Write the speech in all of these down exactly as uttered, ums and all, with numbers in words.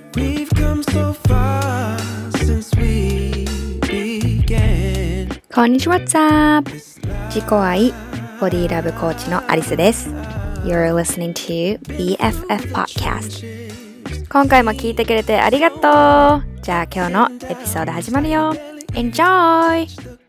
We've come so far since we began. こんにちは、What's up? 自己愛ボディラブコーチのアリスです。You're listening to ビーエフエフ Podcast。今回も聞いてくれてありがとう。じゃあ今日のエピソード始まるよ。Enjoy!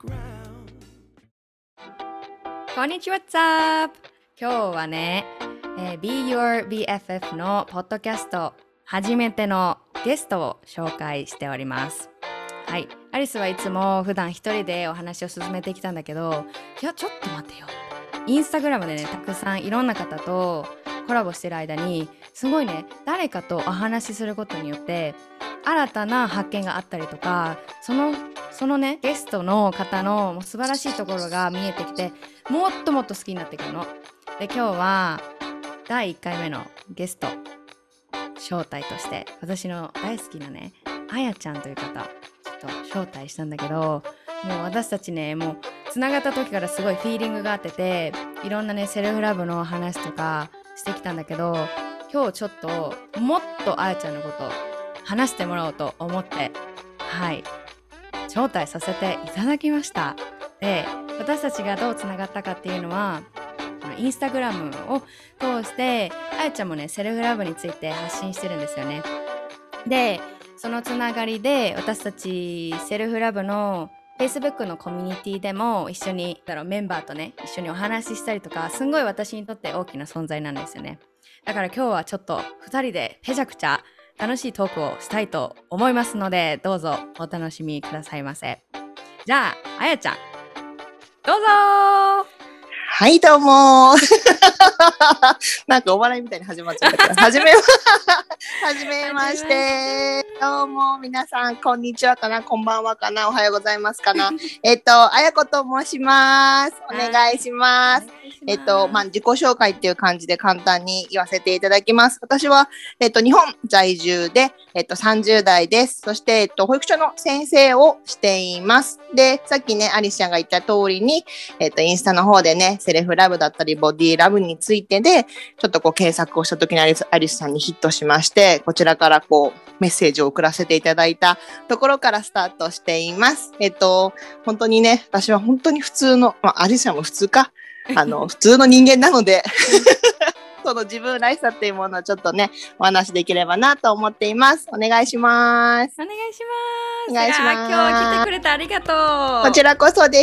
こんにちは、What's up? 今日はね、えー、Be Your ビーエフエフ のポッドキャスト初めてのゲストを紹介しております。はい、アリスはいつも普段一人でお話を進めてきたんだけど、いやちょっと待ってよ、インスタグラムでねたくさんいろんな方とコラボしてる間にすごいね、誰かとお話しすることによって新たな発見があったりとか、そのそのねゲストの方のもう素晴らしいところが見えてきて、もっともっと好きになってくるので、今日はだいいっかいめのゲスト招待として私の大好きなねあやちゃんという方ちょっと招待したんだけど、もう私たちねもうつながった時からすごいフィーリングがあってて、いろんなねセルフラブの話とかしてきたんだけど、今日ちょっともっとあやちゃんのこと話してもらおうと思って、はい招待させていただきました。で、私たちがどうつながったかっていうのはインスタグラムを通してあやちゃんもねセルフラブについて発信してるんですよね。で、そのつながりで私たちセルフラブの Facebook のコミュニティでも一緒にだろうメンバーとね一緒にお話ししたりとか、すんごい私にとって大きな存在なんですよね。だから今日はちょっとふたりでぺちゃくちゃ楽しいトークをしたいと思いますので、どうぞお楽しみくださいませ。じゃああやちゃんどうぞー。 はいどうもなんかお笑いみたいに始まっちゃったからはじめはじめましてどうも皆さんこんにちはかな、こんばんはかな、おはようございますかなえっとあやこと申します。お願いします。えっとまあ自己紹介っていう感じで簡単に言わせていただきます。私はえっと日本在住でえっとさんじゅう代です。そしてえっと保育所の先生をしています。で、さっきねアリスちゃんが言った通りにえっとインスタの方でねセルフラブだったりボディラブについてでちょっとこう検索をした時にアリス、アリスさんにヒットしまして、こちらからこうメッセージを送らせていただいたところからスタートしています。えっと本当にね、私は本当に普通の、まあ、アリスさんも普通かあの普通の人間なのでその自分らしさっていうものをちょっとねお話できればなと思っています。お願いします。 お願いします。 お願いします。 今日は来てくれてありがとう。 こちらこそです。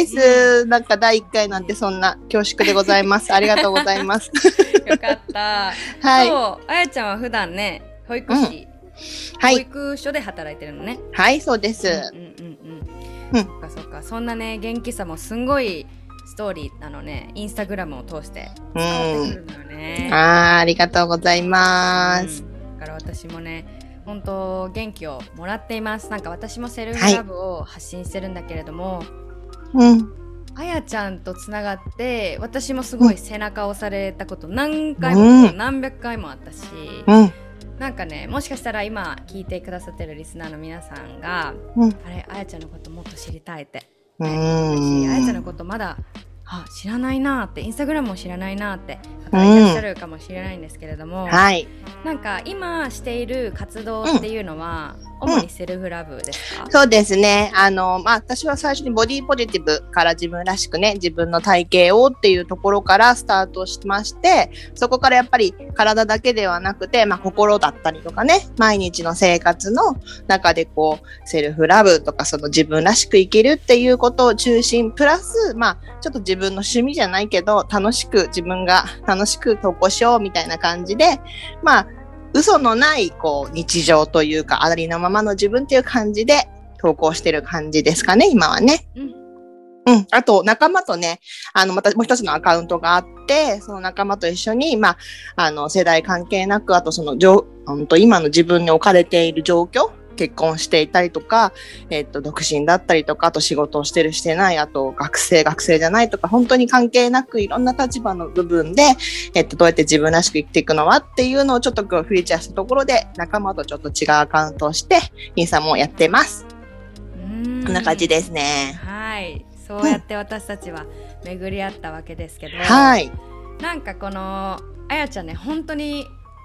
なんかだいいっかいなんてそんな恐縮でございます。ありがとうございます。 よかった。 はい。 そう、あやちゃんは普段ね保育士、うん、 はい、 保育所で働いてるのね。 はい、そうです。 うんうんうんうん。そっかそっか。そんなね元気さもすんごいストーリーなのね、インスタグラムを通して伝わってくるのよね。 あー、ありがとうございます。 うん、だから私もね本当元気をもらっています。なんか私もセルフラブを発信してるんだけれども、 はい、うん、 あやちゃんとつながって私もすごい背中を押されたこと何回も、うん、何百回もあったし、うん、なんかねもしかしたら今聞いてくださってるリスナーの皆さんが、うん、あれあやちゃんのこともっと知りたいって、ね、うん、あやちゃんのことまだあ知らないなーって、インスタグラムも知らないなーって方いらっしゃるかもしれないんですけれども、うん、 はい、 なんか今している活動っていうのは、うん、主にセルフラブですか？ うん、そうですね。あの、まあ、私は最初にボディポジティブから自分らしくね、自分の体型をっていうところからスタートしまして、そこからやっぱり体だけではなくて、まあ、心だったりとかね、毎日の生活の中でこう、セルフラブとかその自分らしく生きるっていうことを中心、プラス、まあ、ちょっと自分の趣味じゃないけど、楽しく自分が楽しく投稿しようみたいな感じで、まあ、嘘のないこう日常というかありのままの自分っていう感じで投稿してる感じですかね、今はね。うん。うん。あと仲間とね、あのまたもう一つのアカウントがあって、その仲間と一緒にまああの世代関係なく、あとその状本当今の自分に置かれている状況。結婚していたりとか、えっと、独身だったりとか、あと仕事をしてるしてない、あと学生、学生じゃないとか、本当に関係なくいろんな立場の部分で、えっと、どうやって自分らしく生きていくのはっていうのをちょっとこうフィーチャーしたところで、仲間とちょっと違うアカウントをして、インスタもやってます。うーん、こんな感じですね。 はい。そうやって私たちは巡り合ったわけですけど、 はい。 なんかこの、あやちゃんね、本当に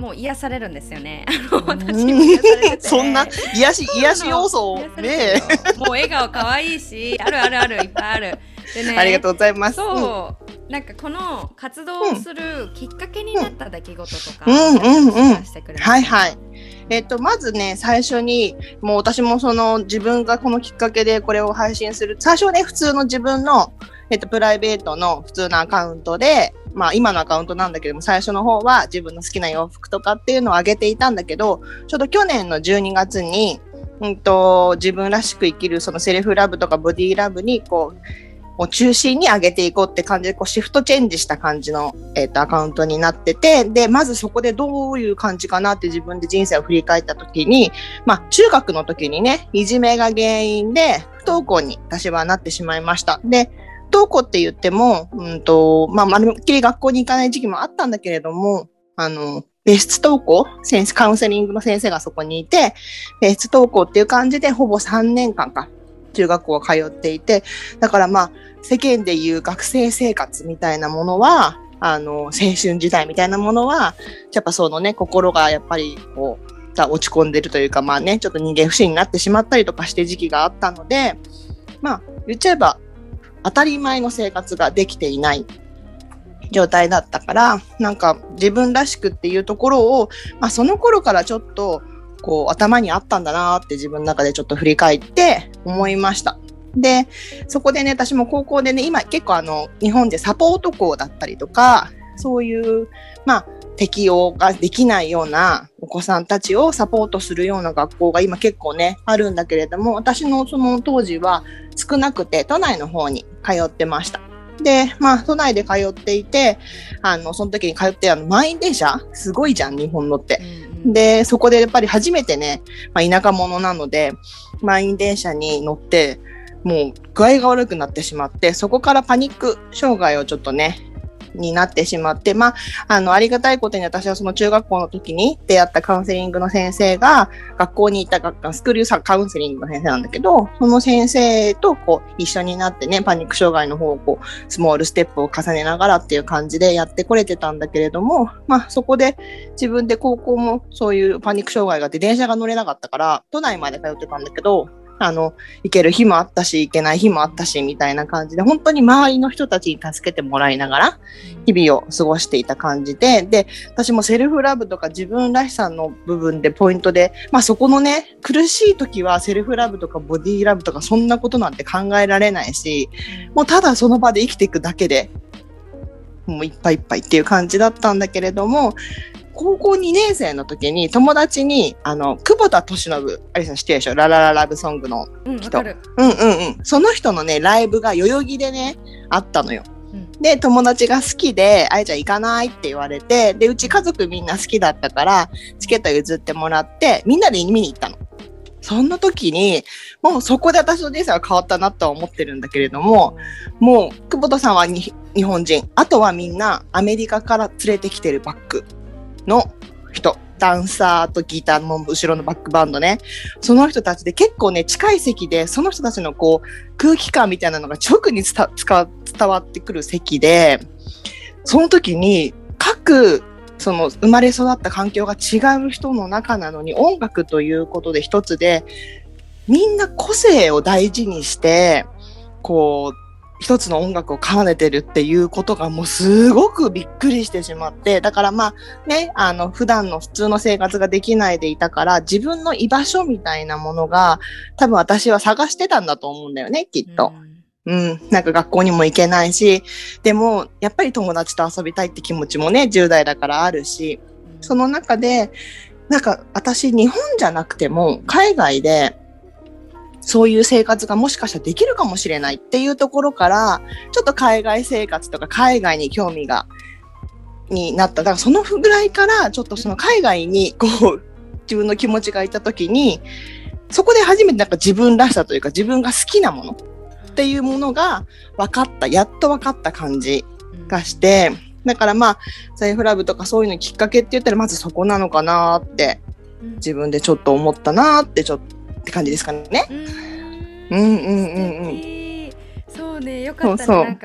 もう癒されるんですよね。あの私も癒されててそんな癒し癒し要素を癒されてねるよもう笑顔可愛いし、あるあるあるいっぱいある。でね、 ありがとうございます。 そう、なんかこの活動をするきっかけになった出来事とか、 うんうんうんうん、 してくれますか？ はいはい。えっと、まずね、最初に、もう私もその自分がこのきっかけでこれを配信する。最初はね、普通の自分の、えっと、プライベートの普通のアカウントで、まあ今のアカウントなんだけども、最初の方は自分の好きな洋服とかっていうのを上げていたんだけど、ちょうど去年のじゅうにがつに、うんと、自分らしく生きるそのセルフラブとかボディラブにこう、を中心に上げていこうって感じで、こうシフトチェンジした感じの、えっと、アカウントになってて、で、まずそこでどういう感じかなって自分で人生を振り返った時に、まあ、中学の時にね、いじめが原因で不登校に私はなってしまいました。で、不登校って言っても、うんと、まあ、まるっきり学校に行かない時期もあったんだけれども、あの、別室登校先生、カウンセリングの先生がそこにいて、別室登校っていう感じでほぼさんねんかんか。中学校は通っていて、だからまあ、世間でいう学生生活みたいなものは、あの、青春時代みたいなものは、やっぱそのね、心がやっぱりこう、落ち込んでるというか、まあね、ちょっと人間不信になってしまったりとかして時期があったので、まあ、言っちゃえば、当たり前の生活ができていない状態だったから、なんか自分らしくっていうところを、まあその頃からちょっと、こう頭にあったんだなーって自分の中でちょっと振り返って思いました。で、そこでね、私も高校でね、今結構あの、日本でサポート校だったりとか、そういう、まあ、適応ができないようなお子さんたちをサポートするような学校が今結構ね、あるんだけれども、私のその当時は少なくて都内の方に通ってました。で、まあ、都内で通っていて、あの、その時に通ってあの、満員電車すごいじゃん、日本のって。で、そこでやっぱり初めてね、まあ、田舎者なので、満員電車に乗って、もう具合が悪くなってしまって、そこからパニック障害をちょっとね、になってしまって、まあ、あの、ありがたいことに私はその中学校の時に出会ったカウンセリングの先生が、学校にいたスクールカウンセリングの先生なんだけど、その先生とこう、一緒になってね、パニック障害の方をこう、スモールステップを重ねながらっていう感じでやってこれてたんだけれども、まあ、そこで自分で高校もそういうパニック障害があって電車が乗れなかったから、都内まで通ってたんだけど、あの、行ける日もあったし、行けない日もあったし、みたいな感じで、本当に周りの人たちに助けてもらいながら、日々を過ごしていた感じで、で、私もセルフラブとか自分らしさの部分でポイントで、まあそこのね、苦しい時はセルフラブとかボディラブとかそんなことなんて考えられないし、もうただその場で生きていくだけで、もういっぱいいっぱいっていう感じだったんだけれども、高校にねん生の時に友達に、あの、久保田利伸、ありさん知ってるでしょ？ララララブソングの人。 うん、わかる。 うんうんうん。その人のね、ライブが代々木でね、あったのよ。うん、で、友達が好きで、あいちゃん行かないって言われて、で、うち家族みんな好きだったから、チケット譲ってもらって、みんなで見に行ったの。その時に、もうそこで私の人生は変わったなとは思ってるんだけれども、うん、もう、久保田さんはに日本人、あとはみんなアメリカから連れてきてるバックの人、ダンサーとギターの後ろのバックバンドね、その人たちで結構ね、近い席で、その人たちのこう、空気感みたいなのが直に伝わってくる席で、その時に、各、その生まれ育った環境が違う人の中なのに、音楽ということで一つで、みんな個性を大事にして、こう、一つの音楽を奏でてるっていうことがもうすごくびっくりしてしまって、だからまあね、あの普段の普通の生活ができないでいたから、自分の居場所みたいなものが多分私は探してたんだと思うんだよね、きっと。うん、うん、なんか学校にも行けないし、でもやっぱり友達と遊びたいって気持ちもね、じゅう代だからあるし、その中でなんか私日本じゃなくても海外でそういう生活がもしかしたらできるかもしれないっていうところから、ちょっと海外生活とか海外に興味が、になった。だからそのぐらいから、ちょっとその海外にこう、自分の気持ちがいたときに、そこで初めてなんか自分らしさというか自分が好きなものっていうものが分かった、やっと分かった感じがして、だからまあ、セルフラブとかそういうのきっかけって言ったらまずそこなのかなって、自分でちょっと思ったなってちょっと、って感じですかね。うんうんうんうん。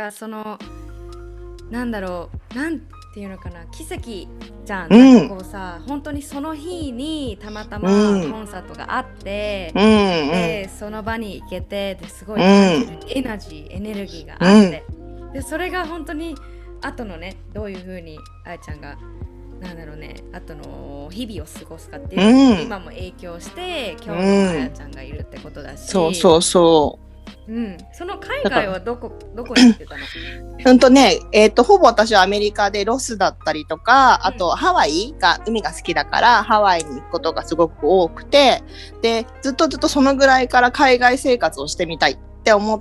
そうね、よかったね。そうそう、なんかそのなんだろう、なんていうのかな、奇跡じゃん。 うんなんかこうさ、本当にその日にたまたまうんコンサートがあって、 うんうんでその場に行けて、ですごいうん感じるエナジー、エネルギーがあって、でそれが本当に後のね、どういう風にあやちゃんがなんだろうね、後の日々を過ごすかっていうのに、 うん今も影響して今日のあやちゃんがいるってことだし、 そうそうそう。 うん、その海外はどこどこに行ってたの？ ほんとね、えっと、ほぼ私はアメリカでロスだったりとか、あとハワイが、海が好きだから、ハワイに行くことがすごく多くて、で、ずっとずっとそのぐらいから海外生活をしてみたいって思って、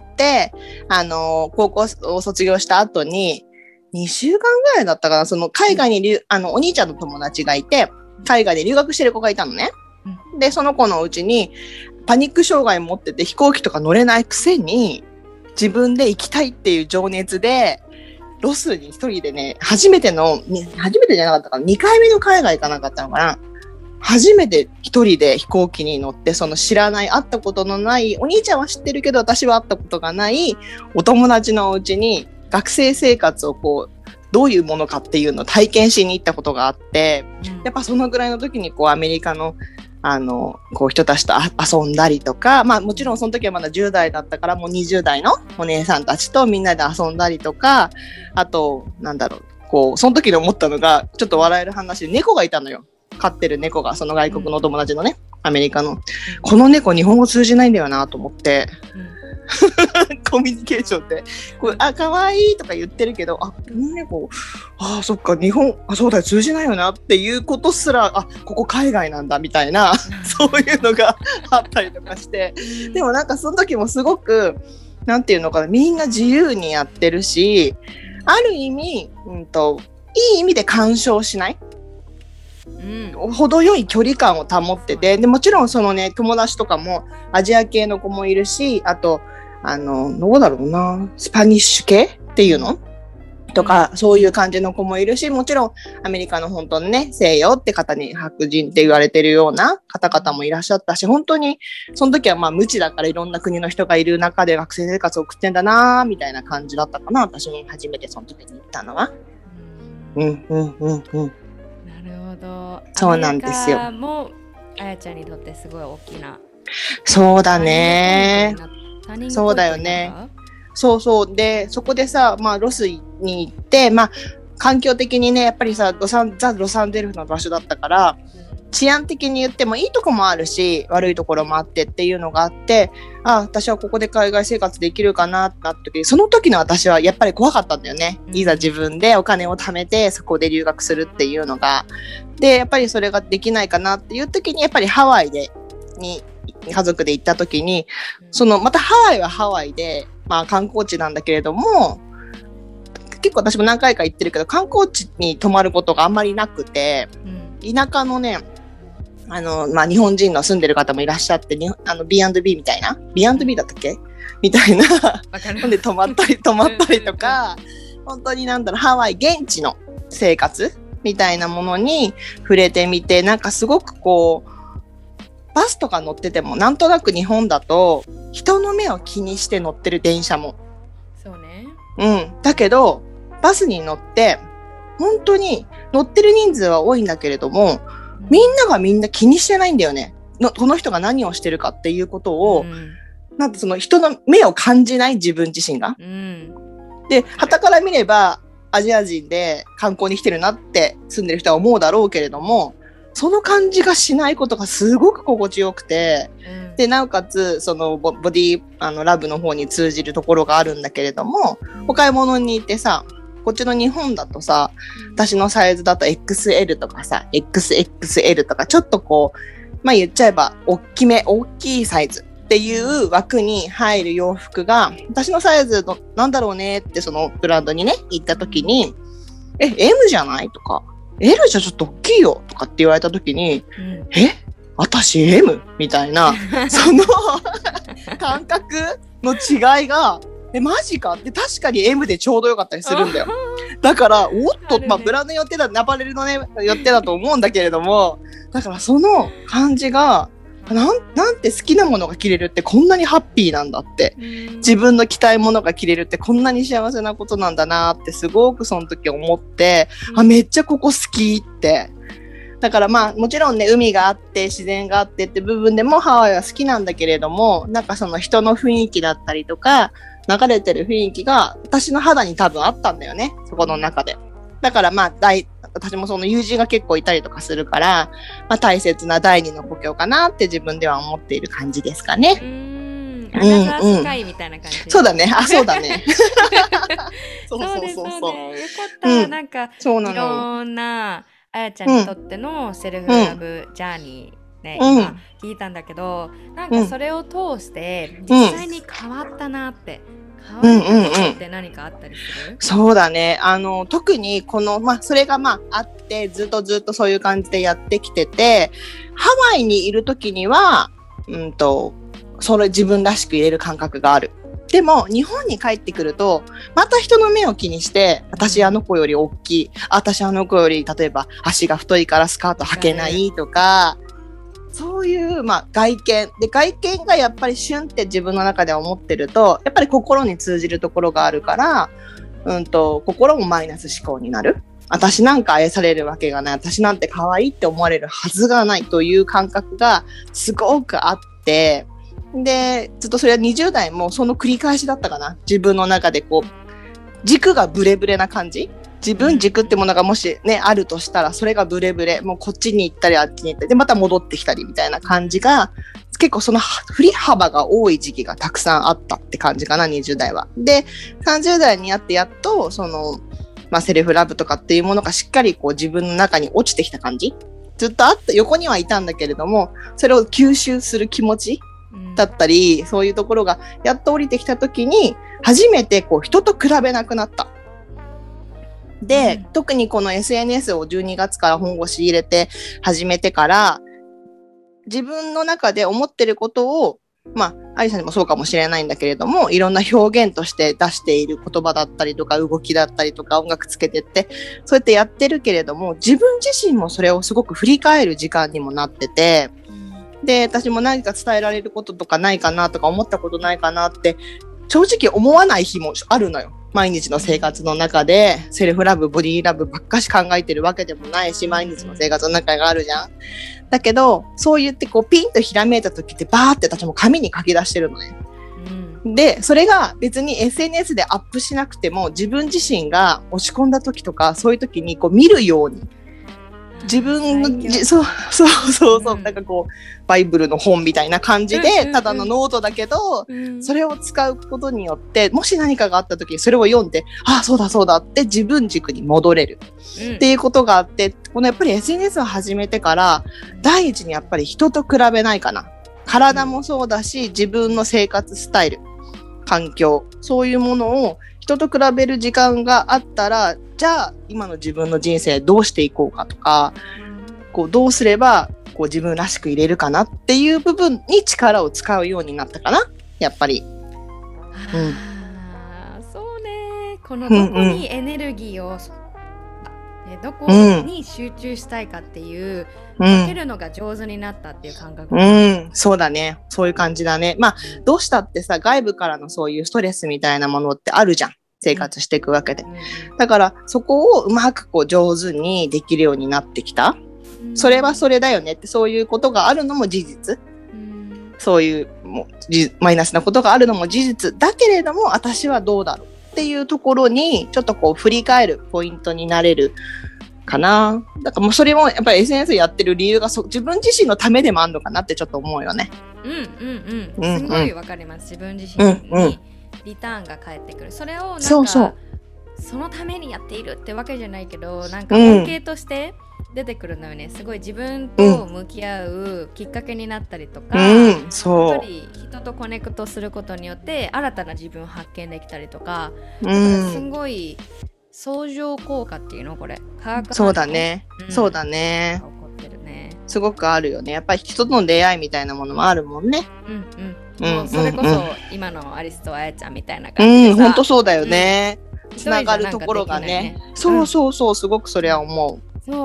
あの、高校を卒業した後に、にしゅうかんぐらいだったかな、その海外に留、あの、お兄ちゃんの友達がいて、海外で留学してる子がいたのね。で、その子のうちに、パニック障害持ってて飛行機とか乗れないくせに、自分で行きたいっていう情熱で、ロスに一人でね、初めての、初めてじゃなかったかな、にかいめの海外行かなかったのかな。初めて一人で飛行機に乗って、その知らない、会ったことのない、お兄ちゃんは知ってるけど私は会ったことがないお友達のうちに、学生生活をこう、どういうものかっていうのを体験しに行ったことがあって、やっぱそのぐらいの時にこうアメリカのあの、こう人たちと遊んだりとか、まあもちろんその時はまだじゅう代だったからもうにじゅう代のお姉さんたちとみんなで遊んだりとか、あと、なんだろう、こう、その時に思ったのが、ちょっと笑える話で猫がいたのよ。飼ってる猫が、その外国のお友達のね、アメリカの。この猫日本語通じないんだよなと思って、コミュニケーションって、こうあ、かわいいとか言ってるけど、あ、この猫、あ、そっか、日本、あ、そうだよ、通じないよなっていうことすら、あ、ここ海外なんだみたいな、そういうのがあったりとかして、でもなんかその時もすごく、なんていうのかな、みんな自由にやってるし、ある意味、うんと、いい意味で干渉しない。うん、程よい距離感を保ってて、でもちろんそのね、友達とかもアジア系の子もいるし、あと、あの、どうだろうな、スパニッシュ系っていうのとか、そういう感じの子もいるし、もちろんアメリカの本当にね、西洋って方に白人って言われてるような方々もいらっしゃったし、本当にその時はまあ無知だからいろんな国の人がいる中で学生生活を送ってんだなみたいな感じだったかな、私も初めてその時に行ったのは。うんうんうんうん。 なるほど。 そうなんですよ。 アメリカもあやちゃんにとってすごい大きな。 そうだね。そうだよね。そうそう。で、そこでさ、まあ、ロスに行って、まあ、環境的にね、やっぱりさ、ロサン、ザ・ロサンゼルフの場所だったから、治安的に言ってもいいとこもあるし、悪いところもあってっていうのがあって、あ、私はここで海外生活できるかなってなった時、その時の私はやっぱり怖かったんだよね。いざ自分でお金を貯めて、そこで留学するっていうのが。で、やっぱりそれができないかなっていう時に、やっぱりハワイで、に、家族で行った時に、その、またハワイはハワイで、まあ観光地なんだけれども、結構私も何回か行ってるけど、観光地に泊まることがあんまりなくて、うん、田舎のね、あの、まあ日本人の住んでる方もいらっしゃって、あの ビーアンドビー みたいな ビーアンドビー だったっけみたいな。ほんで泊まったり、泊まったりとか、本当になんだろう、ハワイ現地の生活みたいなものに触れてみて、なんかすごくこう、バスとか乗ってても、なんとなく日本だと、人の目を気にして乗ってる電車も。 そうね。 うん。だけど、バスに乗って、本当に乗ってる人数は多いんだけれども、うん、みんながみんな気にしてないんだよね。のこの人が何をしてるかっていうことを、うん、なんてその人の目を感じない自分自身が。うん、で、傍から見れば、アジア人で観光に来てるなって住んでる人は思うだろうけれども、その感じがしないことがすごく心地よくて、うん、で、なおかつ、そのボ、ボディ、あの、ラブの方に通じるところがあるんだけれども、うん、お買い物に行ってさ、こっちの日本だとさ、うん、私のサイズだと エックスエル とかさ、エックスエックスエル とか、ちょっとこう、まあ言っちゃえば、大きめ、大きいサイズっていう枠に入る洋服が、私のサイズのなんだろうねってそのブランドにね、行った時に、え、エム じゃないとか、エル じゃちょっと大きいよとかって言われたときに、うん、え私 エム? みたいな、その感覚の違いが、え、マジかって確かに エム でちょうどよかったりするんだよ。だから、おっと、ね、まあ、ブランドによってだ、アパレルのね、よってだと思うんだけれども、だからその感じが、 なん、なんて好きなものが着れるってこんなにハッピーなんだって。自分の着たいものが着れるってこんなに幸せなことなんだなってすごくその時思って、うん、あ、めっちゃここ好きって。だからまあもちろんね、海があって自然があってって部分でもハワイは好きなんだけれども、なんかその人の雰囲気だったりとか、流れてる雰囲気が私の肌に多分あったんだよね、そこの中で。だからまあ大、私もその友人が結構いたりとかするから、まあ大切な第二の故郷かなって自分では思っている感じですかね。 うーん、アナザースカイみたいな感じ、 うんうん。そうだね。あ、そうだね。 そうそうそうそう。そうね、よかった、うん。なんか、そうなの。いろんな、あやちゃんにとってのセルフラブジャーニーね、うん、今聞いたんだけど、なんかそれを通して実際に変わったなって、変わったことって何かあったりする？うんうんうん、 そうだね。あの、特にこの、まあ、それがまああって、ずっとずっとそういう感じでやってきてて、ハワイにいる時には、うんと、それ自分らしく入れる感覚がある。でも日本に帰ってくるとまた人の目を気にして私あの子より大きい、私あの子より例えば足が太いからスカート履けないとか、そういうまあ外見で外見がやっぱりシュンって自分の中で思ってるとやっぱり心に通じるところがあるから、うんと心もマイナス思考になる。私なんか愛されるわけがない、私なんて可愛いって思われるはずがないという感覚がすごくあって、で、ずっとそれはにじゅう代もその繰り返しだったかな。自分の中でこう、軸がブレブレな感じ。自分軸ってものがもしね、あるとしたら、それがブレブレ。もうこっちに行ったりあっちに行ったり、で、また戻ってきたりみたいな感じが、結構その振り幅が多い時期がたくさんあったって感じかな、にじゅう代は。で、さんじゅう代になってやっと、その、まあセルフラブとかっていうものがしっかりこう自分の中に落ちてきた感じ。ずっとあった、横にはいたんだけれども、それを吸収する気持ちだったり、そういうところがやっと降りてきた時に初めてこう人と比べなくなった。で、うん、特にこの エスエヌエス をじゅうにがつから本腰入れて始めてから自分の中で思ってることを、まあアリさんにもそうかもしれないんだけれども、いろんな表現として出している言葉だったりとか動きだったりとか音楽つけてってそうやってやってるけれども、自分自身もそれをすごく振り返る時間にもなってて、で、私も何か伝えられることとかないかなとか思ったことないかなって正直思わない日もあるのよ。毎日の生活の中でセルフラブ、ボディーラブばっかし考えてるわけでもないし、毎日の生活の中があるじゃん。だけど、そう言ってこうピンとひらめいた時ってバーって私も紙に書き出してるのね。うん、で、それが別に エスエヌエス でアップしなくても自分自身が落ち込んだ時とかそういう時にこう見るように自分のじそうそうそうそう、うん、なんかこうバイブルの本みたいな感じで、うんうんうん、ただのノートだけど、うん、それを使うことによってもし何かがあった時にそれを読んで、ああそうだそうだって自分軸に戻れる、うん、っていうことがあって、このやっぱり エスエヌエス を始めてから第一にやっぱり人と比べないかな。体もそうだし自分の生活スタイル、環境、そういうものを人と比べる時間があったら、じゃあ今の自分の人生どうしていこうかとか、こうどうすればこう自分らしく入れるかなっていう部分に力を使うようになったかな、やっぱり。 うん、あ、そうね。このどこにエネルギーを、うんうん、どこに集中したいかっていう、うん、分けるのが上手になったっていう感覚。 うん、そうだね。そういう感じだね。まあどうしたってさ、外部からのそういうストレスみたいなものってあるじゃん。生活していくわけで。だからそこをうまくこう上手にできるようになってきた。それはそれだよねって、そういうことがあるのも事実。そういうもうマイナスなことがあるのも事実だけれども、私はどうだろうっていうところにちょっとこう振り返るポイントになれるかな。だからもうそれもやっぱり エスエヌエス やってる理由がそ自分自身のためでもあるのかなってちょっと思うよね。 うんうんうん。すごいわかります。自分自身に。うんうん、リターンが返ってくる。それをなんかそうそうそのためにやっているってわけじゃないけど、なんか恩恵として出てくるのよね。すごい自分と向き合うきっかけになったりとか、うん、そうやっぱり人とコネクトすることによって新たな自分を発見できたりとか、うん、すごい相乗効果っていうのこれ科学そうだね、うん、そうだね、起こってるね。すごくあるよね。やっぱり人との出会いみたいなものもあるもんね。 うんうんもうそれこそ今のアリスとあやちゃんみたいな感じでさ、うん、 ほんとそうだよね、うん、つながるところがね、そうそうそう、すごくそれは思う。 そう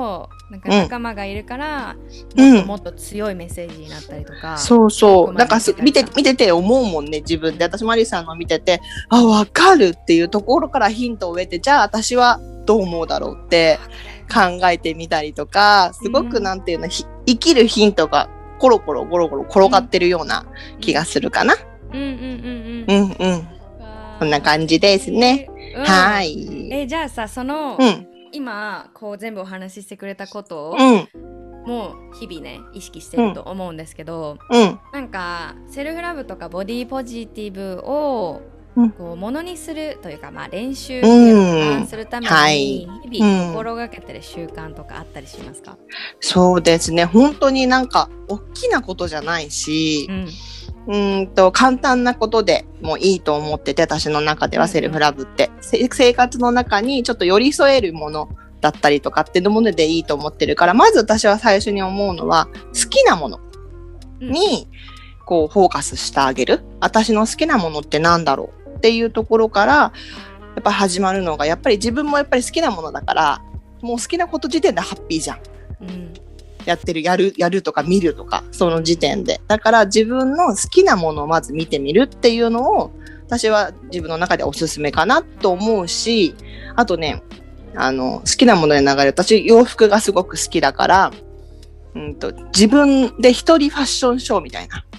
なんか仲間がいるから、 うん、 もっともっと強いメッセージになったりとか、 そうそうだから見てた見てて思うもんね自分で。私マリさんの見ててあ分かるっていうところからヒントを得て、じゃあ私はどう思うだろうって考えてみたりとか、すごくなんていうの、うん、生きるヒントがコロコロゴロゴロ転がってるような気がするかな。 うんうんうんうんうんうんこんな感じですね、うん、はい。 えじゃあさその、うん、今こう全部お話ししてくれたことを、うんもう日々ね意識してると思うんですけど、うん、なんかセルフラブとかボディポジティブをこうものにするというか、まあ、練習っていうのをするために日々心がけてる習慣とかあったりしますか？ うん、そうですね本当になんか大きなことじゃないし、うんうんと簡単なことでもいいと思ってて、私の中ではセルフラブって、うん、生活の中にちょっと寄り添えるものだったりとかっていうものでいいと思ってるから、まず私は最初に思うのは好きなものにこうフォーカスしてあげる。私の好きなものってなんだろうっていうところからやっぱり始まるのが、やっぱり自分もやっぱり好きなものだから、もう好きなこと時点でハッピーじゃん、うん、やってるやるやるとか見るとかその時点で。だから自分の好きなものをまず見てみるっていうのを私は自分の中でおすすめかなと思うし、あとねあの好きなもので流れる、私洋服がすごく好きだから、うんと、自分で一人ファッションショーみたいな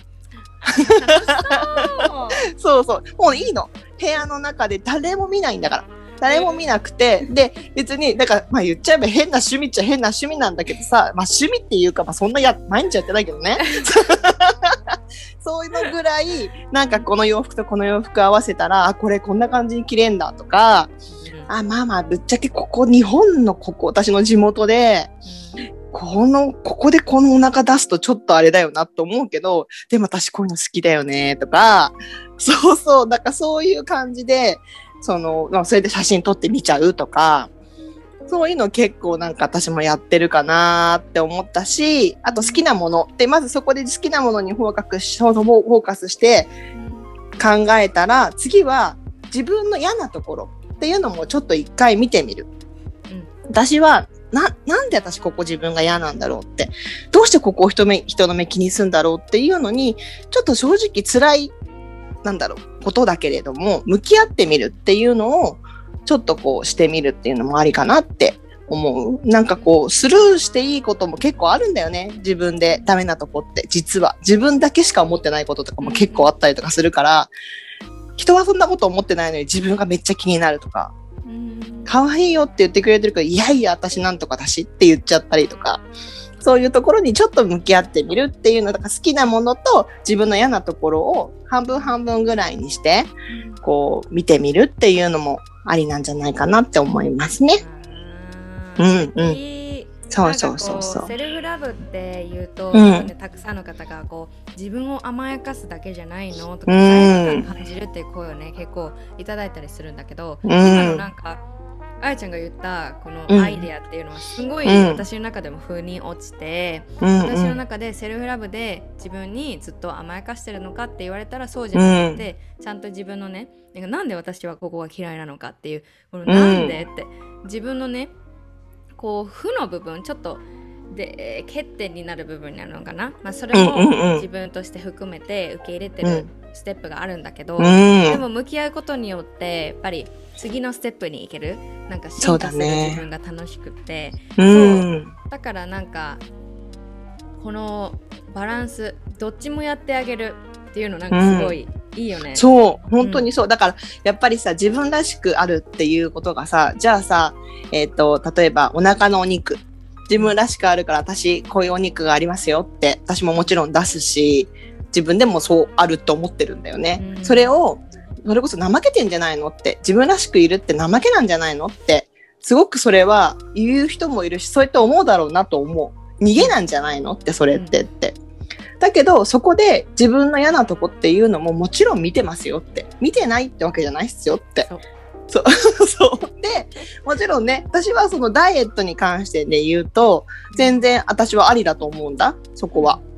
そうそうもういいの、部屋の中で誰も見ないんだから、誰も見なくて、で別にだからまあ言っちゃえば変な趣味っちゃ変な趣味なんだけどさ、まあ趣味っていうかまあそんなや毎日やってないけどねそういうのぐらいなんかこの洋服とこの洋服合わせたらあこれこんな感じに着れんだとか、あまあまあぶっちゃけここ日本のここ私の地元で、うん、このここでこのお腹出すとちょっとあれだよなと思うけど、でも私こういうの好きだよねとか、そうそうなんかそういう感じでそのそれで写真撮って見ちゃうとか、そういうの結構なんか私もやってるかなって思ったし、あと好きなものでまずそこで好きなものにフォーカスしフォーカスして考えたら、次は自分の嫌なところっていうのもちょっと一回見てみる、うん、私はな、なんで私ここ自分が嫌なんだろうって、どうしてここを人目、人の目気にするんだろうっていうのにちょっと正直辛いなんだろうことだけれども向き合ってみるっていうのをちょっとこうしてみるっていうのもありかなって思う。なんかこうスルーしていいことも結構あるんだよね、自分でダメなとこって。実は自分だけしか思ってないこととかも結構あったりとかするから、人はそんなこと思ってないのに自分がめっちゃ気になるとか、可愛いよって言ってくれてるけどいやいや私なんとかだしって言っちゃったりとか、そういうところにちょっと向き合ってみるっていうのだから、好きなものと自分の嫌なところを半分半分ぐらいにしてこう見てみるっていうのもありなんじゃないかなって思いますね。うんうん。そうそうそうそう。 セルフラブって言うと、うん、たくさんの方がこう自分を甘やかすだけじゃないのとか罪悪感感じるっていう声をね結構いただいたりするんだけど、うん、今のなんかあやちゃんが言ったこのアイデアっていうのはすごい私の中でも風に落ちて、うん、私の中でセルフラブで自分にずっと甘やかしてるのかって言われたらそうじゃなくて、うん、ちゃんと自分のねなんで私はここが嫌いなのかっていうこのなんでって自分のねこう負の部分ちょっとで欠点になる部分になるのかな、まあ、それも自分として含めて受け入れてるステップがあるんだけど、うん、でも向き合うことによってやっぱり次のステップに行ける、なんか進化する自分が楽しくってそう、ね、そうだからなんかこのバランスどっちもやってあげるっていうのなんかすごい、うん、いいよね。 そう本当にそう、うん、だからやっぱりさ自分らしくあるっていうことがさ、じゃあさ、えーと、例えばお腹のお肉自分らしくあるから私こういうお肉がありますよって私ももちろん出すし、自分でもそうあると思ってるんだよね、うん、それをそれこそ怠けてんじゃないのって、自分らしくいるって怠けなんじゃないのってすごくそれは言う人もいるし、そうやって思うだろうなと思う。逃げなんじゃないのってそれってって、うん、だけどそこで自分の嫌なとこっていうのももちろん見てますよって、見てないってわけじゃないっすよって、そうそうそうでもちろんね私はそのダイエットに関してで言うと全然私はありだと思うんだそこは。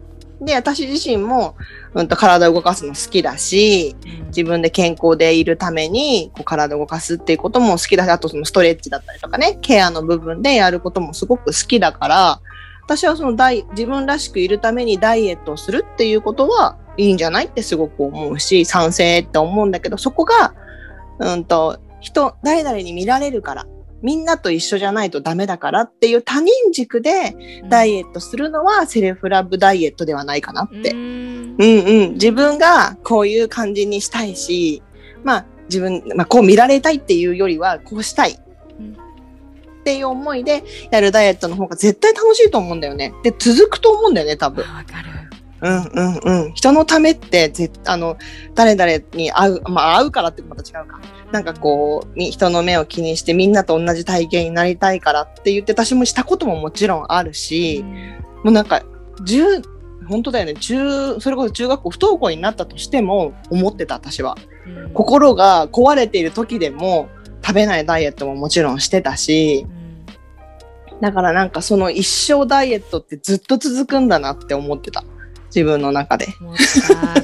で、私自身も、うんと体を動かすの好きだし、自分で健康でいるためにこう体を動かすっていうことも好きだし、あとそのストレッチだったりとかね、ケアの部分でやることもすごく好きだから、私はそのダイ自分らしくいるためにダイエットをするっていうことはいいんじゃないってすごく思うし、賛成って思うんだけど、そこが、うんと、人、誰々に見られるから、みんなと一緒じゃないとダメだからっていう他人軸でダイエットするのはセルフラブダイエットではないかなって。うん、うんうん。自分がこういう感じにしたいし、まあ自分、まあこう見られたいっていうよりはこうしたいっていう思いでやるダイエットの方が絶対楽しいと思うんだよね。で、続くと思うんだよね、多分。 わかる。 うんうんうん。人のためってぜあの誰々に会う、まあ会うからってまた違うか。なんかこう人の目を気にしてみんなと同じ体型になりたいからって言って私もしたことももちろんあるし、うん、もうなんか十本当だよね。中それこそ中学校不登校になったとしても思ってた私は、うん、心が壊れている時でも食べないダイエットももちろんしてたし、うん、だからなんかその一生ダイエットってずっと続くんだなって思ってた。自分の中で。 思った。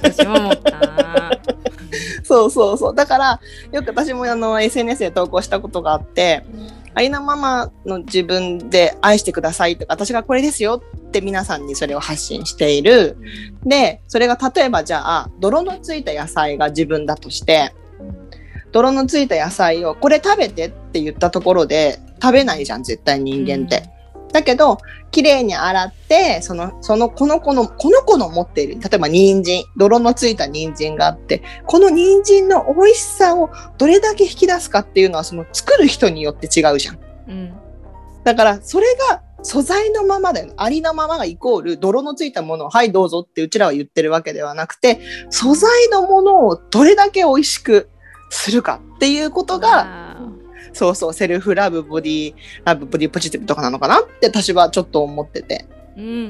私も思った。 そうそうそう。だから、よく私もあの エスエヌエス で投稿したことがあって、うん、ありのままの自分で愛してくださいとか、私がこれですよって皆さんにそれを発信している。うん、で、それが例えばじゃあ、泥のついた野菜が自分だとして、泥のついた野菜をこれ食べてって言ったところで食べないじゃん、絶対人間って。うんだけど、綺麗に洗って、その、その、この子の、この子の持っている、例えば人参、泥のついた人参があって、この人参の美味しさをどれだけ引き出すかっていうのは、その作る人によって違うじゃん。うん。だから、それが素材のままだよね。ありのままがイコール、泥のついたものを、はいどうぞってうちらは言ってるわけではなくて、素材のものをどれだけ美味しくするかっていうことが、そうそう、セルフラブ、ボディ、ラブ、ボディポジティブとかなのかなって私はちょっと思ってて。 うんうんうんうん。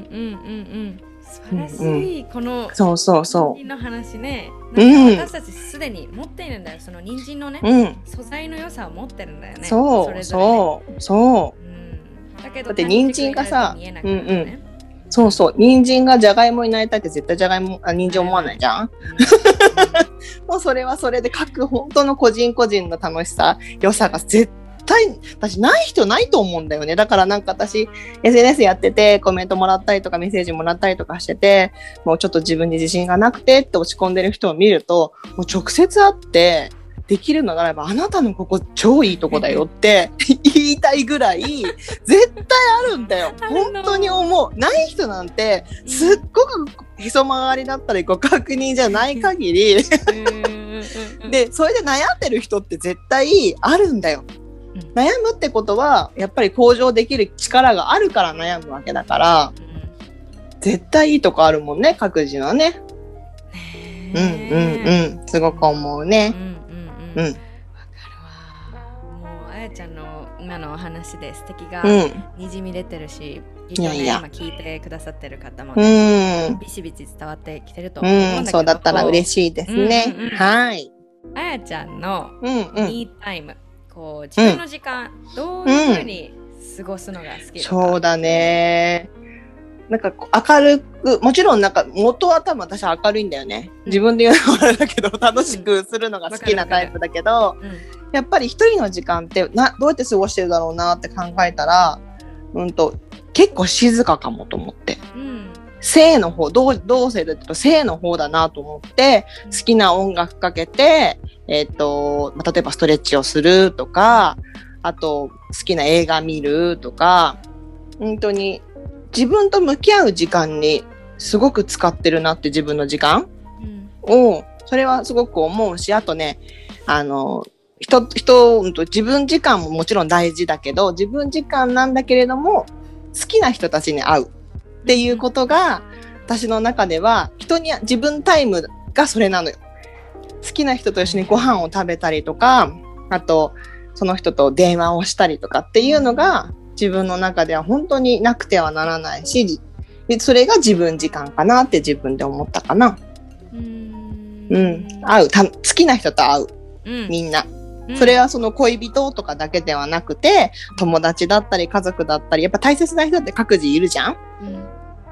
素晴らしい、うんうん、このそうそうそう。 人参の話ね。なんか私たちすでに持っているんだよ。その人参のね、うん、素材の良さを持ってるんだよね。 そう、それぞれね、そう、そう。 うん、だけど、 だって人参がさ、ね、うんうん。そうそう、人参がじゃがいもになりたいって絶対じゃがいも、あ、人参思わないじゃん、うん、もうそれはそれで各本当の個人個人の楽しさ、良さが絶対、私ない人ないと思うんだよね。だからなんか私 エスエヌエス やっててコメントもらったりとかメッセージもらったりとかしてて、もうちょっと自分に自信がなくてって落ち込んでる人を見ると、もう直接会ってできるのならばあなたのここ超いいとこだよって言いたいぐらい絶対あるんだよ。本当に思う。ない人なんてすっごくへそ曲がりだったりご確認じゃない限りで、それで悩んでる人って絶対あるんだよ。悩むってことはやっぱり向上できる力があるから悩むわけだから、絶対いいとこあるもんね、各自のね。うんうんうん、すごく思うね。うん、わかるわ。もうあやちゃんの今のお話で素敵がにじみ出てるし、うん、いやいや今聞いてくださってる方も、ね、うん、ビシビシ伝わってきてると思うんだけど、うん、 そうだったら嬉しいですね。うんうんうん、はい。 あやちゃんのミータイム、こう自分の時間、うん、どういう風に過ごすのが好きですか？ そうだね。なんか明るく、もちろんなんか元は多分私は明るいんだよね。自分で言うのもあれだけど、楽しくするのが好きなタイプだけど、うん、やっぱり一人の時間ってなどうやって過ごしてるだろうなって考えたら、うんと結構静かかもと思って。うん、性の方、同性で言うと性の方だなと思って、好きな音楽かけて、えっと、例えばストレッチをするとか、あと好きな映画見るとか、本当に自分と向き合う時間にすごく使ってるなって自分の時間、うん、を、それはすごく思うし、あとね、あの、人、人、自分時間ももちろん大事だけど、自分時間なんだけれども、好きな人たちに会うっていうことが、私の中では、人に、自分タイムがそれなのよ。好きな人と一緒にご飯を食べたりとか、あと、その人と電話をしたりとかっていうのが、自分の中では本当になくてはならないし、それが自分時間かなって自分で思ったかな。うーん、うん、会うた、好きな人と会う、うん、みんな、うん、それはその恋人とかだけではなくて、友達だったり家族だったり、やっぱ大切な人って各自いるじゃん、うん、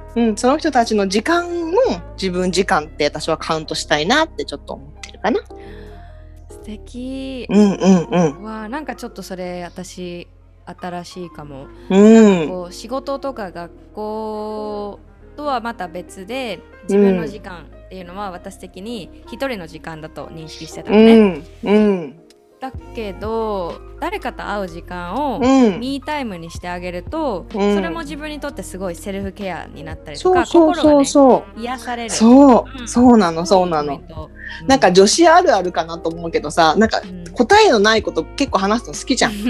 うん、その人たちの時間の自分時間って私はカウントしたいなってちょっと思ってるかな。 素敵。 うんうんうん。 わあ、なんかちょっとそれ私新しいかも。 うん。 こう仕事とか学校とはまた別で自分の時間っていうのは私的に一人の時間だと認識してたのね、 うんうんだけど誰かと会う時間をうんミータイムにしてあげると、 うんそれも自分にとってすごいセルフケアになったりとそうか、 そうそう心がねそう癒される。 そう、 うんそうなのそうなの、 すごいポイント。うんなんか女子あるあるかなと思うけどさ、なんかうん答えのないこと結構話すの好きじゃん。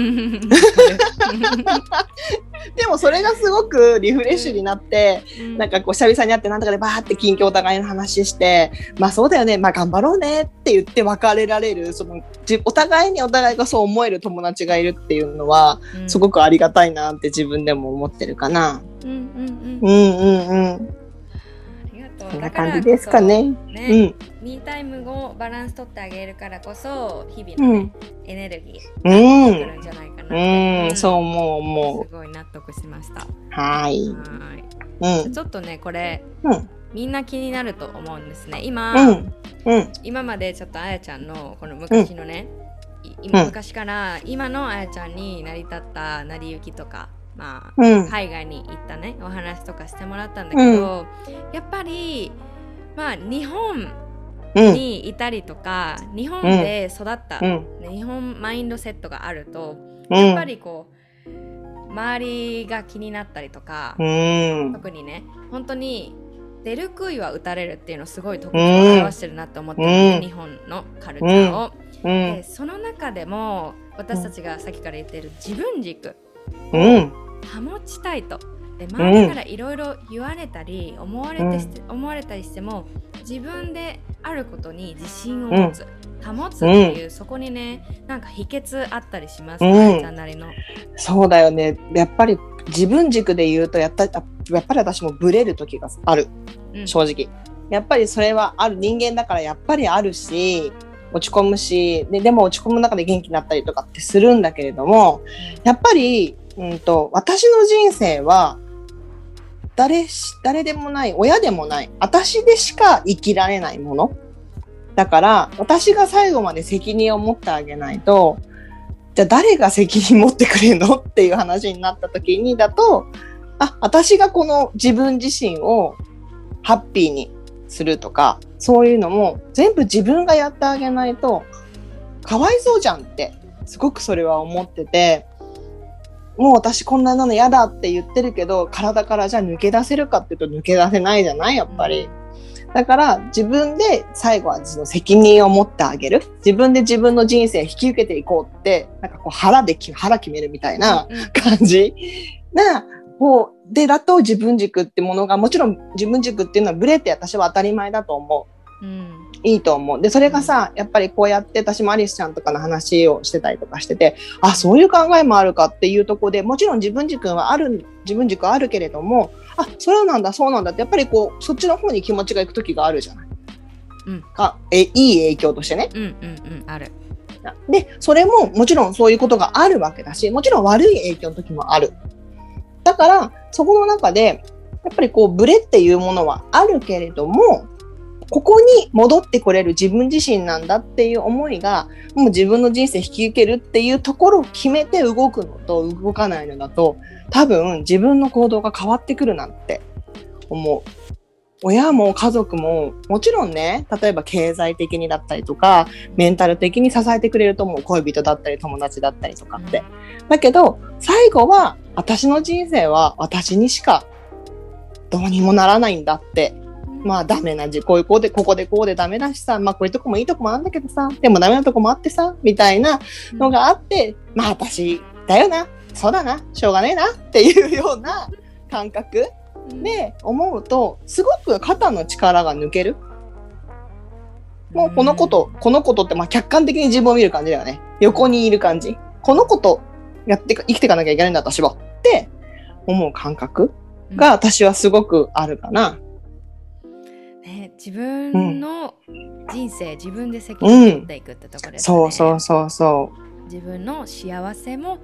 でもそれがすごくリフレッシュになって、 うんなんかこう久々に会ってなんとかでバーって近況お互いの話して、まあそうだよね、まあ頑張ろうねって言って別れられる、そのじお互いにお互いがそう思える友達がいるっていうのは、 うんすごくありがたいなって自分でも思ってるかな。 うんうんうん、 うんうんうん。 ありがとう。 こんな感じですかね。 ね、ミータイムをバランス取ってあげるからこそ日々の、ねうんエネルギーうん。 が来るんじゃないかなっうて、 ん、そう思う思すごい納得しました。 う。はい。 はい、 うん。 ちょっとねこれうん。 みんな気になると思うんですね。今、 うん。うん。 今までちょっとあやちゃんのこの昔のね、い今うん昔から今のあやちゃんに成り立った成り行きとか、まあ、 うん。 海外に行ったねお話とかしてもらったんだけど、やっぱりまあ日本うん。 にいたりとか、日本で育った、 うん。 ね日本マインドセットがあると、 うん。 やっぱりこう周りが気になったりとか、 うん。 特にね本当に出る杭は打たれるっていうのすごい特徴を表してるなって思ってるね、 うん日本のカルチャーを、 うんでその中でも私たちがさっきから言ってる自分軸うん。 保ちたいと。で周りからいろいろ言われたり思われてして、思われたりしても自分であることに自信を持つ、保つっていう、そこにねなんか秘訣あったりしますか、 うんあやちゃんなりの。 そうだよね。やっぱり自分軸で言うとやったやっぱり私もブレる時がある。 うん正直。やっぱりそれはある、人間だからやっぱりあるし、落ち込むし、で、でも落ち込む中で元気になったりとかってするんだけれども、やっぱり、うんと、私の人生は誰し、誰でもない、親でもない、私でしか生きられないもの。だから、私が最後まで責任を持ってあげないと、じゃあ誰が責任持ってくれるのっていう話になった時にだと、あ、私がこの自分自身をハッピーにするとか、そういうのも全部自分がやってあげないと、かわいそうじゃんって、すごくそれは思ってて、もう私こんなの嫌だって言ってるけど、体からじゃあ抜け出せるかっていうと抜け出せないじゃないやっぱり。だから自分で最後はその責任を持ってあげる。自分で自分の人生引き受けていこうって、なんかこう腹でき、腹決めるみたいな感じな、こう、で、だと自分軸ってものが、もちろん自分軸っていうのはブレって私は当たり前だと思う。 うん、 いいと思う。で、それがさ、やっぱりこうやって私もアリスちゃんとかの話をしてたりとかしてて、あ、そういう考えもあるかっていうところで、もちろん自分軸はある、自分軸はあるけれども、あ、そうなんだ、そうなんだって、やっぱりこう、そっちの方に気持ちがいくときがあるじゃない。 うん。 あ、え、いい影響としてね。 うんうんうん、ある。 で、それももちろんそういうことがあるわけだし、もちろん悪い影響の時もある。だから、そこの中で、やっぱりこう、ブレっていうものはあるけれども、ここに戻ってこれる自分自身なんだっていう思いが、もう自分の人生引き受けるっていうところを決めて動くのと動かないのだと、多分自分の行動が変わってくるなって思う。親も家族ももちろんね、例えば経済的にだったりとか、メンタル的に支えてくれると思う。恋人だったり友達だったりとかって。だけど、最後は私の人生は私にしかどうにもならないんだって。まあダメなじ、こういうこうで、ここでこうでダメだしさ、まあこういうとこもいいとこもあるんだけどさ、でもダメなとこもあってさ、みたいなのがあって、まあ私だよな、そうだな、しょうがねえなっていうような感覚で思うと、すごく肩の力が抜ける。もうこのこと、このことってまあ客観的に自分を見る感じだよね。横にいる感じ。このことやってか、生きていかなきゃいけないんだ私はって思う感覚が私はすごくあるかな。 ね、自分の人生、うん、自分で責任を取っていくってところですね、 うん、そうそうそうそう。 自分の幸せも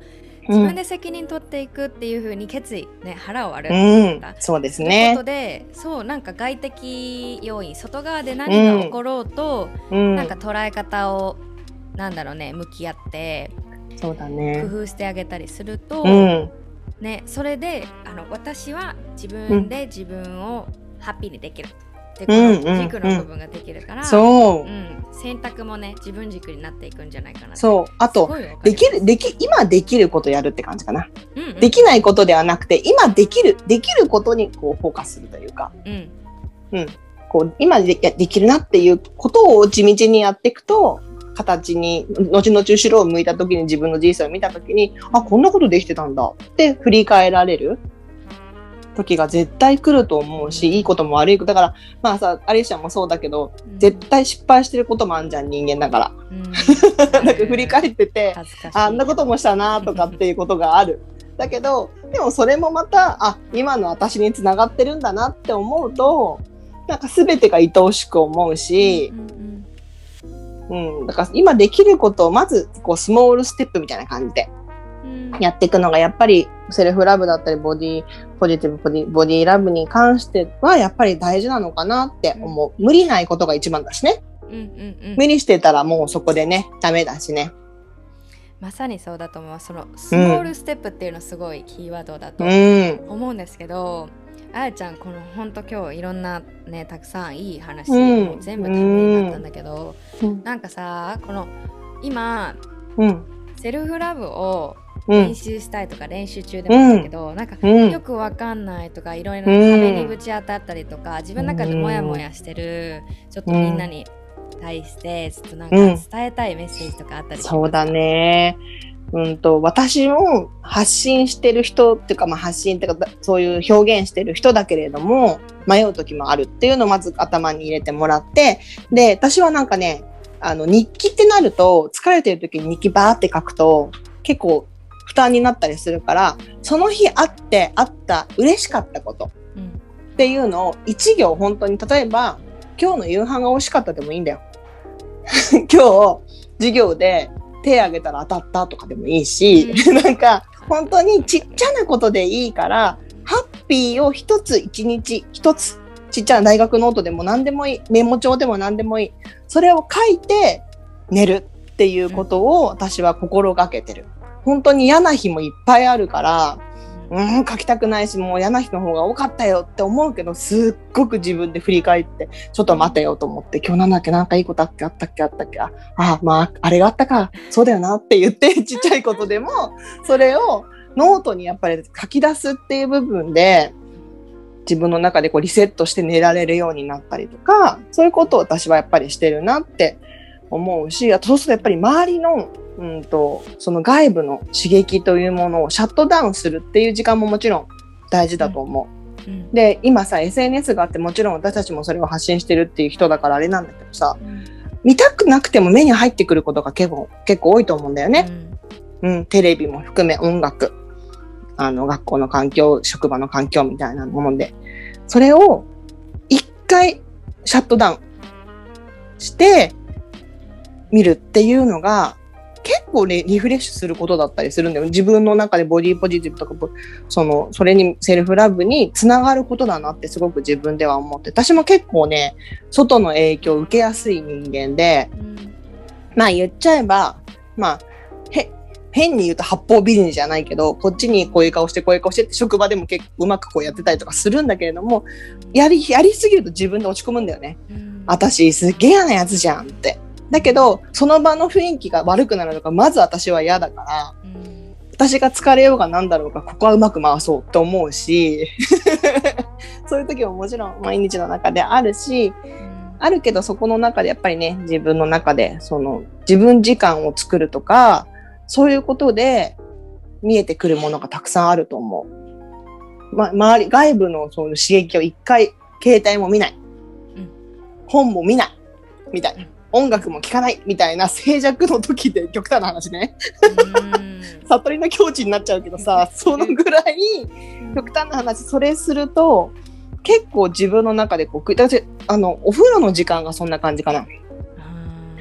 自分で責任取っていくっていう風に決意、ね、腹を割る、 うん、そうですね。 ということで、そうなんか外的要因、外側で何が起ころうと、うん、なんか捉え方をなんだろうね、向き合ってそうだね、 工夫してあげたりすると、 うんね、それであの私は自分で自分をハッピーにできる、うん、でこの軸の部分ができるから、うんそう、 うん、選択もね自分軸になっていくんじゃないかな。 そう、あとできるでき今できることやるって感じかな、うんうん、できないことではなくて今できるできることにこうフォーカスするというか、うんうん、こう今 で, できるなっていうことを地道にやっていくと形に後々後ろを向いた時に自分の人生を見た時にあこんなことできてたんだって振り返られる時が絶対来ると思うし、いいことも悪いことだからまあさアリシャもそうだけど、うん、絶対失敗してることもあんじゃん人間だから、うん、なんか振り返っててあんなこともしたなとかっていうことがあるだけどでもそれもまたあ今の私に繋がってるんだなって思うとなんか全てが愛おしく思うし、うんうんうん、だから今できることをまずこうスモールステップみたいな感じでやっていくのがやっぱりセルフラブだったりボディポジティブボディ、ボディラブに関してはやっぱり大事なのかなって思う、うん、無理ないことが一番だしね、うんうんうん、無理してたらもうそこでねダメだしね。 まさにそうだと思います。そのスモールステップっていうのはすごいキーワードだと思うんですけど、うん、あやちゃんこのほんと今日いろんなねたくさんいい話、うん、全部ためになったんだけど、うん、なんかさこの今、うん、セルフラブを練習したいとか、うん、練習中でもあったけど、うん、なんか、うん、よくわかんないとかいろいろな壁にぶち当たったりとか、うん、自分の中でモヤモヤしてる、うん、ちょっとみんなに対してちょっとなんか伝えたいメッセージとかあったりしますか？ そうだね、うんと私も発信してる人っていうか、まあ、発信っていうかそういう表現してる人だけれども迷う時もあるっていうのをまず頭に入れてもらって、で私はなんかねあの日記ってなると疲れてる時に日記バーって書くと結構負担になったりするからその日あってあった嬉しかったことっていうのを一行本当に例えば今日の夕飯が美味しかったでもいいんだよ今日授業で手挙げたら当たったとかでもいいし、うん、なんか本当にちっちゃなことでいいからハッピーを一つ一日一つちっちゃな大学ノートでも何でもいいメモ帳でも何でもいいそれを書いて寝るっていうことを私は心がけてる。本当に嫌な日もいっぱいあるからうん書きたくないしもう嫌な日の方が多かったよって思うけどすっごく自分で振り返ってちょっと待てよと思って今日なんだっけなんかいいことあったっけあったっけあったっけああまああれがあったかそうだよなって言ってちっちゃいことでもそれをノートにやっぱり書き出すっていう部分で自分の中でこうリセットして寝られるようになったりとかそういうことを私はやっぱりしてるなって思うし、あとそうするとやっぱり周りのうんとその外部の刺激というものをシャットダウンするっていう時間ももちろん大事だと思う、うん、で今さ エスエヌエス があってもちろん私たちもそれを発信してるっていう人だからあれなんだけどさ、うん、見たくなくても目に入ってくることが結構結構多いと思うんだよね、うんうん、テレビも含め音楽あの学校の環境職場の環境みたいなものでそれを一回シャットダウンして見るっていうのが結構ねリフレッシュすることだったりするんだよ。自分の中でボディポジティブとかそのそれにセルフラブにつながることだなってすごく自分では思って私も結構ね外の影響を受けやすい人間で、うん、まあ言っちゃえばまあへ変に言うと八方美人じゃないけどこっちにこういう顔してこういう顔してって職場でも結構うまくこうやってたりとかするんだけれどもやりやりすぎると自分で落ち込むんだよね、うん、私すっげえ嫌なやつじゃんってだけどその場の雰囲気が悪くなるのがまず私は嫌だから、うん、私が疲れようがなんだろうがここはうまく回そうって思うしそういう時ももちろん毎日の中であるし、うん、あるけどそこの中でやっぱりね自分の中でその自分時間を作るとかそういうことで見えてくるものがたくさんあると思う、ま、周り外部のその刺激を一回携帯も見ない、うん、本も見ないみたいな音楽も聴かないみたいな静寂の時で極端な話ね悟りの境地になっちゃうけどさそのぐらい極端な話それすると結構自分の中でこう私あのお風呂の時間がそんな感じかな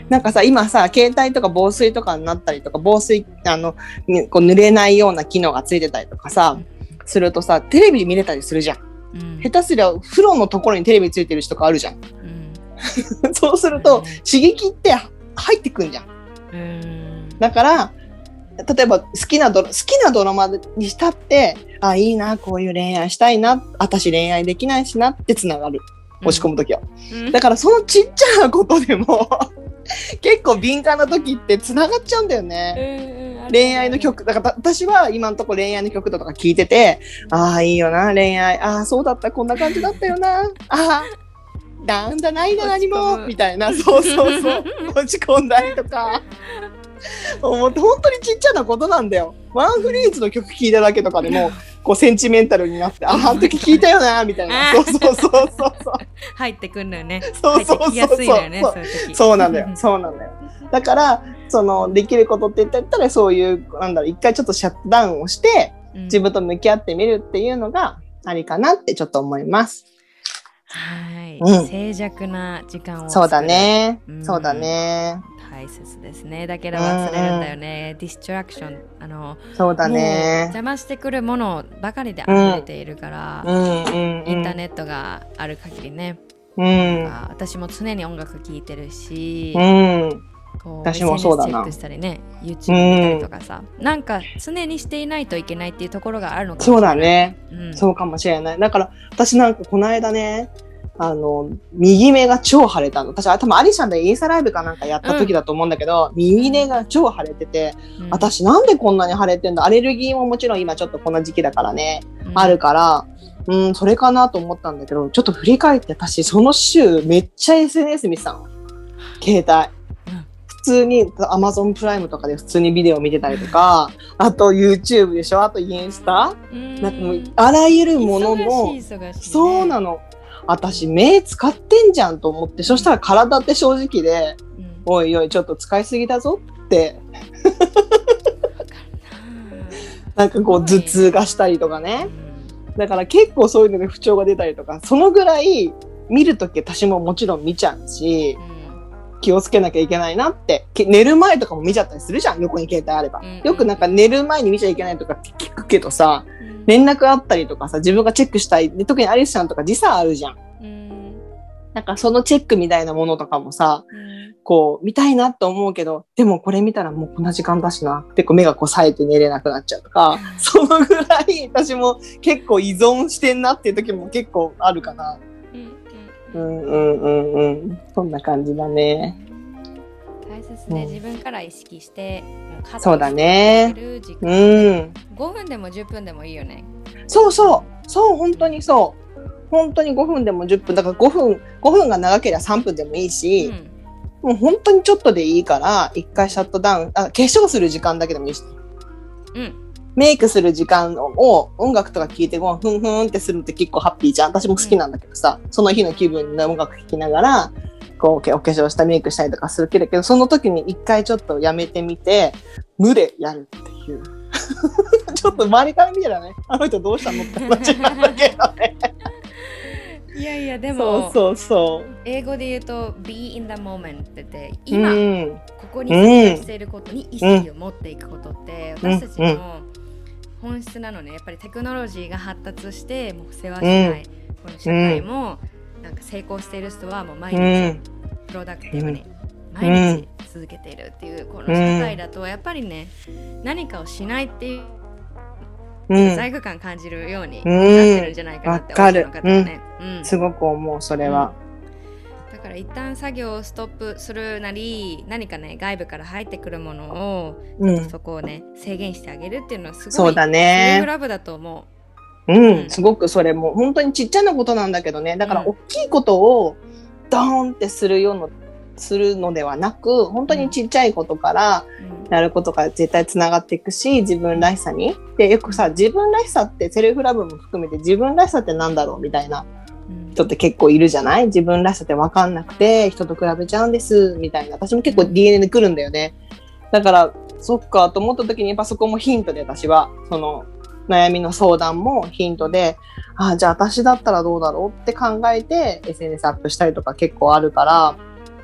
なんかさ、今さ、携帯とか防水とかになったりとか、防水、あの、ねこう濡れないような機能がついてたりとかさ、するとさ、テレビ見れたりするじゃん。うん、下手すりゃ、風呂のところにテレビついてる人とかあるじゃん。うん、そうすると、うん、刺激って入ってくんじゃん。うん、だから、例えば好きなドラ、好きなドラマにしたって、あ、いいな、こういう恋愛したいな、私恋愛できないしなってつながる。押し込むときは、うん。だからそのちっちゃなことでも、結構敏感なときってつながっちゃうんだよね。うん、恋愛の曲、だから私は今のところ恋愛の曲とか聞いてて、ああ、いいよな、恋愛。ああ、そうだった、こんな感じだったよな。ああ、なんだないな、何も。みたいな、そうそうそう。落ち込んだりとか。思って本当にちっちゃなことなんだよ。ワンフレーズの曲聴いただけとかでもこうセンチメンタルになってああの時聴いたよなみたいなそうそうそうそうそう入ってくんのよね。 そうそうそうそうそうそうなんだよそうなんだよ。だからそのできることって言ったらそういうなんだろう一回ちょっとシャットダウンをして自分と向き合ってみるっていうのがありかなってちょっと思います。 はい、うん、静寂な時間をそうだね、うん、そうだね大切ですね。だけど忘れるんだよね、うん、ディストラクションあのそうだね邪魔してくるものばかりで溢れているから、うんうんうん、インターネットがある限りね、うん、私も常に音楽聴いてるし、うん、こう私もそうだなエスエヌエス チェックしたりね YouTube 見たりとかさ、うん、なんか常にしていないといけないっていうところがあるのかもしれない。 そうだね、 うん、 そうかもしれない。だから私なんかこの間ねあの右目が超腫れたの。私は多分アリシャンでインスタライブかなんかやった時だと思うんだけど、うん、右目が超腫れてて、うん、私なんでこんなに腫れてんだ。アレルギーももちろん今ちょっとこの時期だからね、うん、あるからうんそれかなと思ったんだけど、ちょっと振り返って私その週めっちゃ エスエヌエス 見てたの携帯、うん、普通に Amazon プライムとかで普通にビデオ見てたりとかあと YouTube でしょ、あとインスタ、うん、なんかもうあらゆるものの忙しい忙しい、ね、 そうなの。私目使ってんじゃんと思って、そしたら体って正直で、うん、おいおいちょっと使いすぎだぞってなんかこう頭痛がしたりとかね、うん、だから結構そういうので不調が出たりとか、そのぐらい見るとき私ももちろん見ちゃうし、うん、気をつけなきゃいけないなって。寝る前とかも見ちゃったりするじゃん、横に携帯あれば、うん、よくなんか寝る前に見ちゃいけないとか聞くけどさ、連絡あったりとかさ、自分がチェックしたい。で特にアリスちゃんとか時差あるじゃん。うん、なんかそのチェックみたいなものとかもさ、うん、こう見たいなと思うけど、でもこれ見たらもうこんな時間だしな。でこう目がこう冴えて寝れなくなっちゃうとか、そのぐらい私も結構依存してんなっていう時も結構あるかな。うんうんうんうん。そんな感じだね。 大切ね、うん、自分から意識してそうだね、うん、 ごふんでもじゅっぷんでもいいよね。 そうそうそう本当にそう本当にごふんでもじゅっぷんだからごふんごふんが長ければさんぷんでもいいし、うん、もう本当にちょっとでいいから一回シャットダウン、あ化粧する時間だけでもいいし、うん、メイクする時間を音楽とか聴いてごふんふんってするのって結構ハッピーじゃん。私も好きなんだけどさ、うん、その日の気分で音楽聴きながらこうお化粧したメイクしたりとかするけど、その時に一回ちょっとやめてみて無でやるっていうちょっと周りから見たらね、あの人どうしたのって話なんだけどねいやいやでもそうそうそう英語で言うと be in the moment ってて今、うん、ここに存在していることに意識を持っていくことって、うん、私たちの本質なのね。やっぱりテクノロジーが発達してもう世話しない、うん、この社会も、うんなんか成功している人はもう毎日、うん、プロダクティブに、うん、毎日続けているっていうこの社会だとやっぱりね、うん、何かをしないっていう、うん、罪悪感感じるようになってるんじゃないかなって思うの方ね、 うんうん、すごく思うそれは、 うん、だから一旦作業をストップするなり何かね外部から入ってくるものを、うん、そこをね制限してあげるっていうのはすごいそうだねセルフラブだと思う。 うん、うん、すごくそれも本当にちっちゃなことなんだけどね。だから大きいことをドーンってするようなするのではなく、本当にちっちゃいことからやることが絶対つながっていくし、自分らしさに。で、よくさ、自分らしさってセルフラブも含めて自分らしさってなんだろうみたいな人って結構いるじゃない？自分らしさって分かんなくて人と比べちゃうんですみたいな。私も結構 ディーエヌエー で来るんだよね。だからそっかと思った時にやっぱそこもヒントで私はその悩みの相談もヒントで、ああじゃあ私だったらどうだろうって考えて エスエヌエス アップしたりとか結構あるから、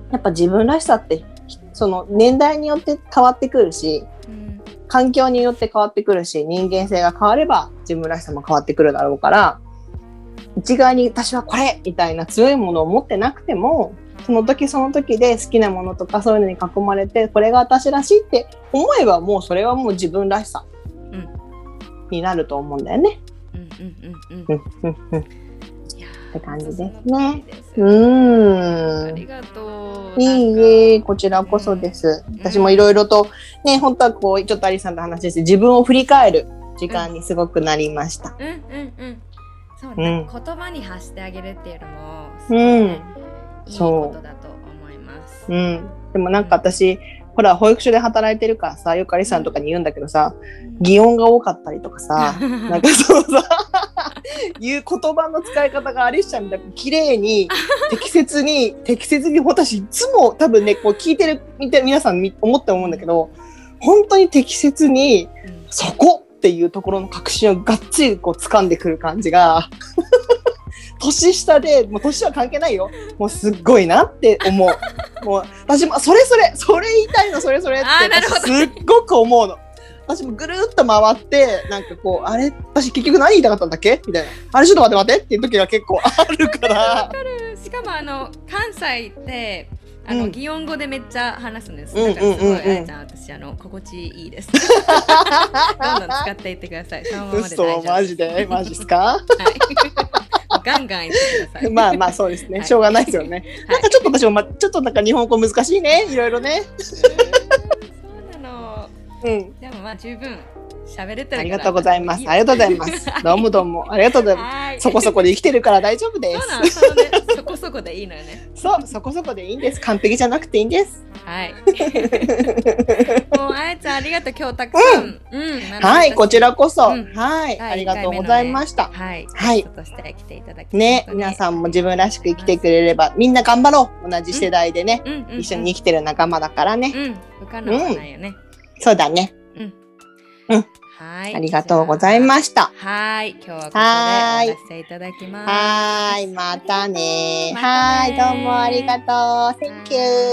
やっぱ自分らしさってその年代によって変わってくるし、うん、環境によって変わってくるし、人間性が変われば自分らしさも変わってくるだろうから、一概に私はこれみたいな強いものを持ってなくても、その時その時で好きなものとかそういうのに囲まれて、これが私らしいって思えば、もうそれはもう自分らしさになると思うんだよね。うんうんうんうんうんって感じですね。うーん。 ありがとう。 いいえ、こちらこそです。うん、私もいろいろとね、本当はこうちょっとアリさんと話して自分を振り返る時間にすごくなりました。 うんうんうん。そうね、うん、言葉に発してあげるっていうのもすごい、ね、うん、 いいことだと思います。 うん。でもなんか私、うん、ほら保育所で働いてるからさ、よくアリさんとかに言うんだけどさ、うん、擬音が多かったりとかさ、なんかそうさ。いう言葉の使い方がアリッシャみたいに綺麗に適切に適切に私いつも多分ねこう聞いてる見て皆さん思って思うんだけど、本当に適切にそこっていうところの確信をがっちりこう掴んでくる感じが年下でもう年は関係ないよ、もうすっごいなって思う。もう私もそれそれそれ言いたいのそれそれってすっごく思うの。私もぐるっと回って、なんかこう、あれ私結局何言いたかったんだっけみたいな。あれちょっと待って待ってっていう時が結構あるから。 わかる。しかもあの、関西って、あの、うん、擬音語でめっちゃ話すんです。だからすごい、あやちゃん、私、あの、心地いいです。どんどん使っていってください。そのままで大丈夫です。 嘘、マジでマジですかはい。 ガンガン言ってください。 まあまあそうですね。しょうがないですよね。はい、なんかちょっと私も、ま、ちょっとなんか日本語難しいね。いろいろね。 そうなの。うん、でもまあ十分喋れてるから。 ありがとうございます。ありがとうございます。どうもどうもありがとうございます。そこそこで生きてるから大丈夫です。 そうなん、そうね、そこそこでいいのよね。 そう、そこそこでいいんです。完璧じゃなくていいんです。 はい。もうあやちゃんありがとう、今日たくさん。うん。うん、 はい、こちらこそ、うん、はい、ありがとうございました。 はい。 はい。 として来ていただきね、皆さんも自分らしく生きてくれれば、みんな頑張ろう。同じ世代でね、うん、一緒に生きてる仲間だからね。 うん。不可能はないよね。 うん、そうだね。うん。うん。はい。ありがとうございました。 はい。今日はここで終わらせていただきます。 はい。またね。はい。どうもありがとう。Thank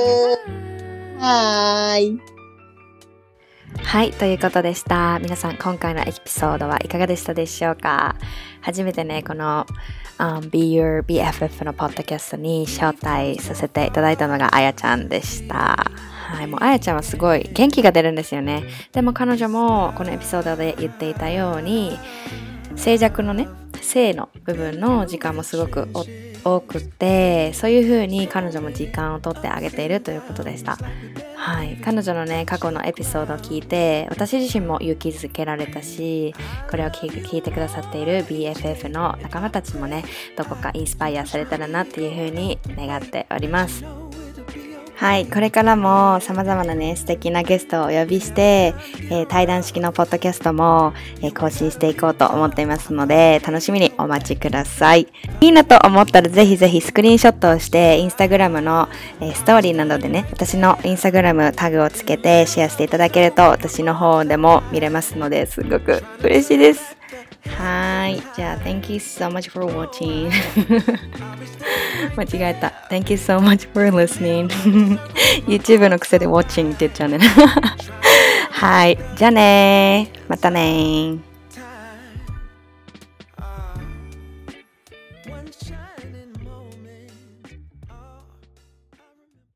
you。はい。 はい。ということでした。皆さん、今回のエピソードはいかがでしたでしょうか？初めてね、この、um, Be Your ビーエフエフ のポッドキャストに招待させていただいたのがあやちゃんでした。はい、もうあやちゃんはすごい元気が出るんですよね。でも彼女もこのエピソードで言っていたように、静寂のね、静の部分の時間もすごく多くて、そういう風に彼女も時間を取ってあげているということでした。はい、彼女のね過去のエピソードを聞いて、私自身も勇気づけられたし、これを聞いて、聞いてくださっている ビーエフエフ の仲間たちもね、どこかインスパイアされたらなっていう風に願っております。はい、これからも様々なね素敵なゲストをお呼びして、えー、対談式のポッドキャストも、えー、更新していこうと思っていますので、楽しみにお待ちください。いいなと思ったらぜひぜひスクリーンショットをしてインスタグラムの、えー、ストーリーなどでね、私のインスタグラムタグをつけてシェアしていただけると私の方でも見れますので、すごく嬉しいです。はい、じゃあ Thank you so much for watching 間違えた。 Thank you so much for listening YouTube の癖で watching って言っちゃうねはい、じゃあねー、またねー。